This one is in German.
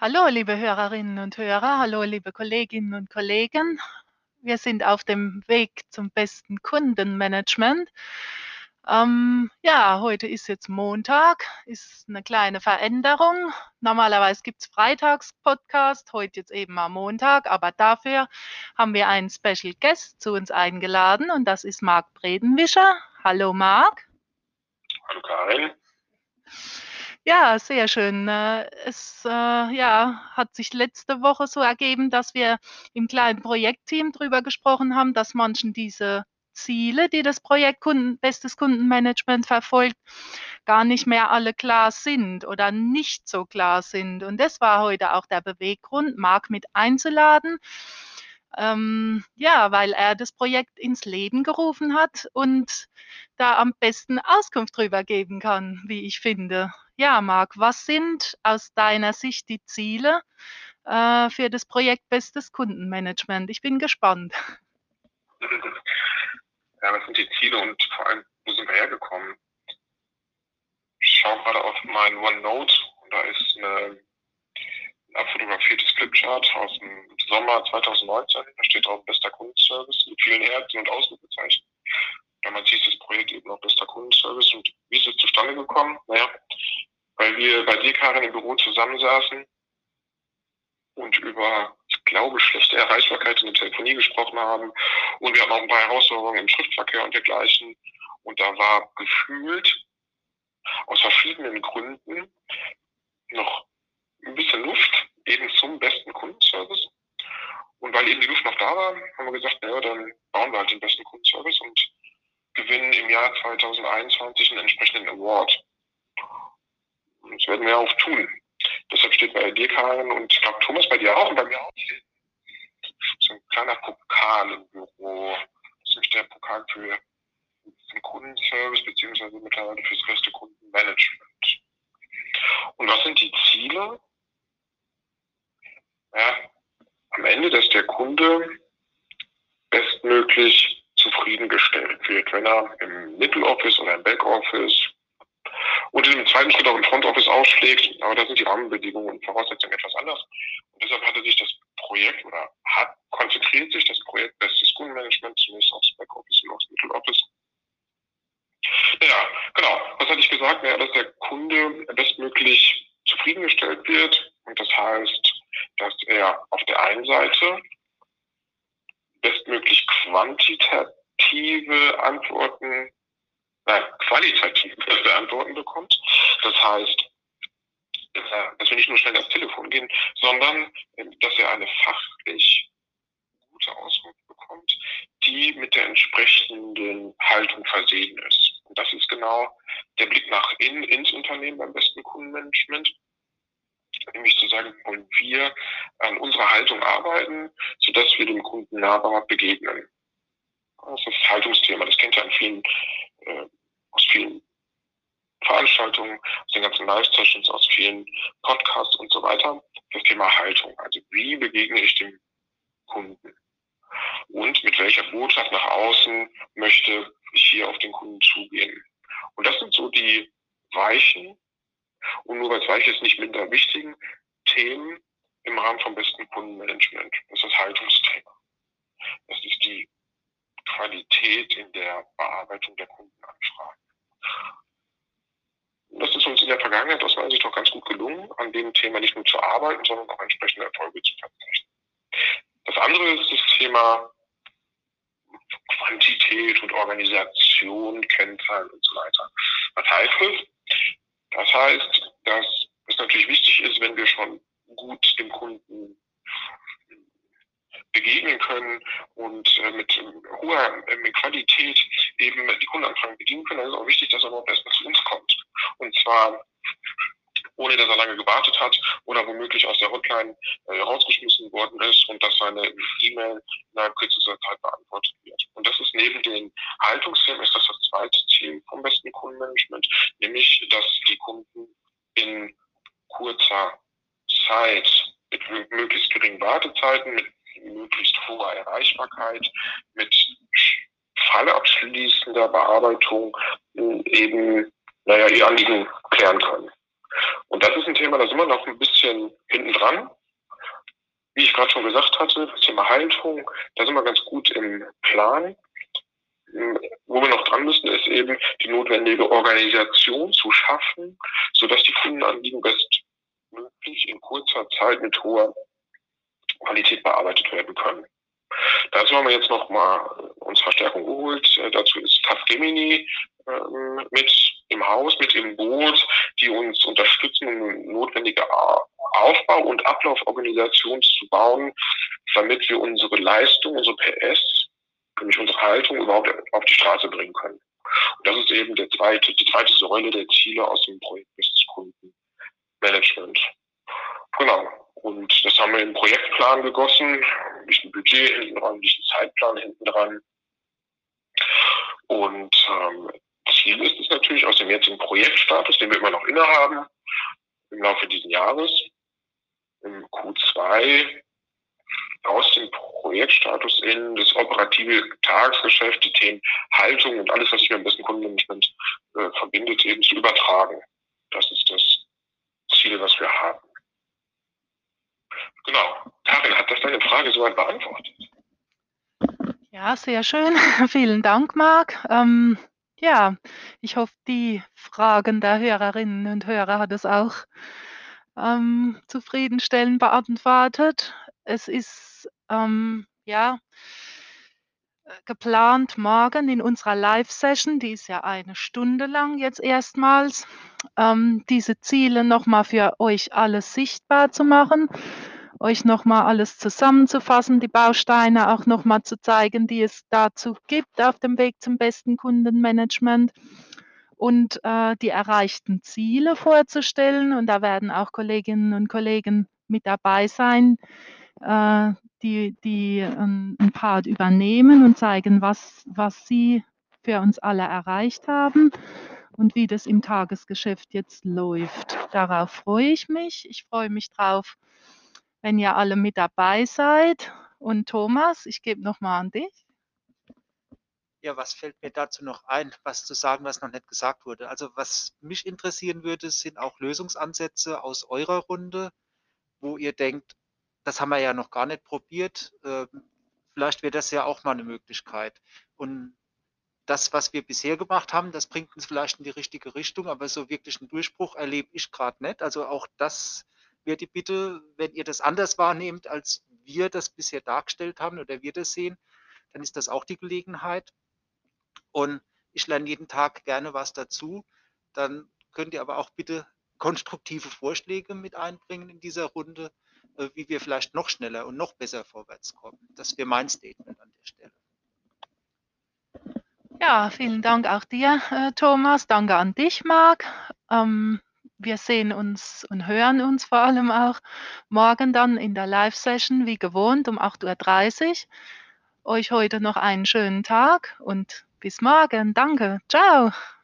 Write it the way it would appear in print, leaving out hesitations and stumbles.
Hallo, liebe Hörerinnen und Hörer, hallo, liebe Kolleginnen und Kollegen. Wir sind auf dem Weg zum besten Kundenmanagement. Ja, heute ist jetzt Montag, ist eine kleine Veränderung. Normalerweise gibt es Freitags-Podcast, heute jetzt eben am Montag, aber dafür haben wir einen Special Guest zu uns eingeladen und das ist Marc Bredenwischer. Hallo Marc. Hallo Karin. Ja, sehr schön. Ja, hat sich letzte Woche so ergeben, dass wir im kleinen Projektteam drüber gesprochen haben, dass manchen diese Ziele, die das Projekt Bestes Kundenmanagement verfolgt, gar nicht mehr alle klar sind oder nicht so klar sind. Und das war heute auch der Beweggrund, Marc mit einzuladen. Ja, weil er das Projekt ins Leben gerufen hat und da am besten Auskunft drüber geben kann, wie ich finde. Ja, Marc, was sind aus deiner Sicht die Ziele für das Projekt Bestes Kundenmanagement? Ich bin gespannt. Ja, was sind die Ziele und vor allem, wo sind wir hergekommen? Ich schaue gerade auf meinen OneNote und da ist ein abfotografiertes Flipchart aus dem Sommer 2019. Da steht drauf bester Kundenservice mit vielen Herzen und Ausrufezeichen. Damals hieß das Projekt eben noch bester Kundenservice. Und wie ist es zustande gekommen? Naja, weil wir bei dir, Karin, im Büro zusammensaßen und über, ich glaube, schlechte Erreichbarkeit in der Telefonie gesprochen haben. Und wir hatten auch ein paar Herausforderungen im Schriftverkehr und dergleichen. Und da war gefühlt aus verschiedenen Gründen noch ein bisschen Luft eben zum besten Kundenservice. Und weil eben die Luft noch da war, haben wir gesagt, naja, dann bauen wir halt den besten Kundenservice und gewinnen im Jahr 2021 einen entsprechenden Award. Und das werden wir auch tun. Deshalb steht bei dir, Karin, und ich glaube, Thomas bei dir auch und bei mir auch steht so ein kleiner Pokal im Büro. Das ist der Pokal für den Kundenservice beziehungsweise mittlerweile fürs beste Kundenmanagement. Und was sind die Ziele? Ja, am Ende, dass der Kunde bestmöglich zufriedengestellt wird, wenn er im Middle Office oder im Backoffice und im zweiten Schritt auch im Front Office aufschlägt. Aber da sind die Rahmenbedingungen und Voraussetzungen etwas anders. Und deshalb hatte sich das Projekt oder konzentriert sich das Projekt Bestes Kundenmanagement zunächst aufs Backoffice und aufs Middle Office. Ja, genau. Was hatte ich gesagt? Ja, dass der Kunde bestmöglich zufriedengestellt wird. Und das heißt, dass er auf der einen Seite bestmöglich qualitative Antworten bekommt. Das heißt, dass wir nicht nur schnell ans Telefon gehen, sondern dass er eine fachlich gute Auskunft bekommt, die mit der entsprechenden Haltung versehen ist. Und das ist genau der Blick nach innen ins Unternehmen beim besten Kundenmanagement. Nämlich zu sagen, wollen wir an unserer Haltung arbeiten, sodass wir dem Kunden nahbar begegnen. Das ist das Haltungsthema. Das kennt ihr aus vielen Veranstaltungen, aus den ganzen Live-Sessions, aus vielen Podcasts und so weiter. Das Thema Haltung. Also wie begegne ich dem Kunden? Und mit welcher Botschaft nach außen möchte ich hier auf den Kunden zugehen? Und das sind so die weichen und nur weil es weich ist, nicht minder wichtigen Themen im Rahmen vom besten Kundenmanagement. Das ist das Haltungsthema. Das ist die Qualität in der Bearbeitung der Kundenanfragen. Und das ist uns in der Vergangenheit aus meiner Sicht auch ganz gut gelungen, an dem Thema nicht nur zu arbeiten, sondern auch entsprechende Erfolge zu verzeichnen. Das andere ist das Thema Quantität und Organisation, Kennzahlen und so weiter. Was heißt das? Das heißt, dass es natürlich wichtig ist, wenn wir schon gut dem Kunden begegnen können und mit hoher Qualität eben die Kundenanfragen bedienen können, dann ist es auch wichtig, dass er überhaupt erstmal zu uns kommt. Und zwar ohne dass er lange gewartet hat oder womöglich aus der Hotline rausgeschmissen worden ist und dass seine E-Mail innerhalb kürzester Zeit beantwortet wird. Und das ist neben den Haltungsthemen ist das zweite Ziel vom besten Kundenmanagement, nämlich dass die Kunden in kurzer Zeit mit möglichst geringen Wartezeiten, mit möglichst hoher Erreichbarkeit, mit fallabschließender Bearbeitung eben ihr Anliegen klären können. Und Und das ist ein Thema, da sind wir noch ein bisschen hinten dran. Wie ich gerade schon gesagt hatte, das Thema Haltung, da sind wir ganz gut im Plan. Wo wir noch dran müssen, ist eben die notwendige Organisation zu schaffen, sodass die Kundenanliegen bestmöglich in kurzer Zeit mit hoher Qualität bearbeitet werden können. Dazu haben wir jetzt nochmal uns Verstärkung geholt. Dazu ist Capgemini mit im Haus, mit im Boot, die uns unterstützen, um notwendige Aufbau- und Ablauforganisation zu bauen, damit wir unsere Leistung, unsere PS, nämlich unsere Haltung überhaupt auf die Straße bringen können. Und das ist eben die zweite Säule der Ziele aus dem Projekt Business Kundenmanagement. Genau. Und das haben wir im Projektplan gegossen, ein bisschen Budget hinten dran, ein bisschen Zeitplan hinten dran. Und Ziel ist es natürlich aus dem jetzigen Projektstatus, den wir immer noch innehaben, im Laufe dieses Jahres, im Q2 aus dem Projektstatus in das operative Tagesgeschäft, die Themen Haltung und alles, was sich mit dem besten Kundenmanagement verbindet, eben zu übertragen. Das ist das Ziel, was wir haben. Genau. Karin, hat das deine Frage soweit beantwortet? Ja, sehr schön. Vielen Dank, Marc. Ja, ich hoffe, die Fragen der Hörerinnen und Hörer hat es auch zufriedenstellend beantwortet. Es ist ja geplant morgen in unserer Live-Session, die ist ja eine Stunde lang jetzt erstmals, diese Ziele nochmal für euch alles sichtbar zu machen, euch nochmal alles zusammenzufassen, die Bausteine auch nochmal zu zeigen, die es dazu gibt auf dem Weg zum besten Kundenmanagement und die erreichten Ziele vorzustellen. Und da werden auch Kolleginnen und Kollegen mit dabei sein, die einen Part übernehmen und zeigen, was sie für uns alle erreicht haben und wie das im Tagesgeschäft jetzt läuft. Darauf freue ich mich. Ich freue mich drauf, wenn ihr alle mit dabei seid. Und Thomas, ich gebe nochmal an dich. Ja, was fällt mir dazu noch ein, was zu sagen, was noch nicht gesagt wurde? Also was mich interessieren würde, sind auch Lösungsansätze aus eurer Runde, wo ihr denkt, das haben wir ja noch gar nicht probiert. Vielleicht wäre das ja auch mal eine Möglichkeit. Und das, was wir bisher gemacht haben, das bringt uns vielleicht in die richtige Richtung, aber so wirklich einen Durchbruch erlebe ich gerade nicht. Also auch das wäre die Bitte, wenn ihr das anders wahrnehmt, als wir das bisher dargestellt haben oder wir das sehen, dann ist das auch die Gelegenheit. Und ich lerne jeden Tag gerne was dazu. Dann könnt ihr aber auch bitte konstruktive Vorschläge mit einbringen in dieser Runde, wie wir vielleicht noch schneller und noch besser vorwärts kommen. Das wäre mein Statement an der Stelle. Ja, vielen Dank auch dir, Thomas. Danke an dich, Marc. Wir sehen uns und hören uns vor allem auch morgen dann in der Live-Session wie gewohnt um 8:30 Uhr. Euch heute noch einen schönen Tag und bis morgen. Danke. Ciao.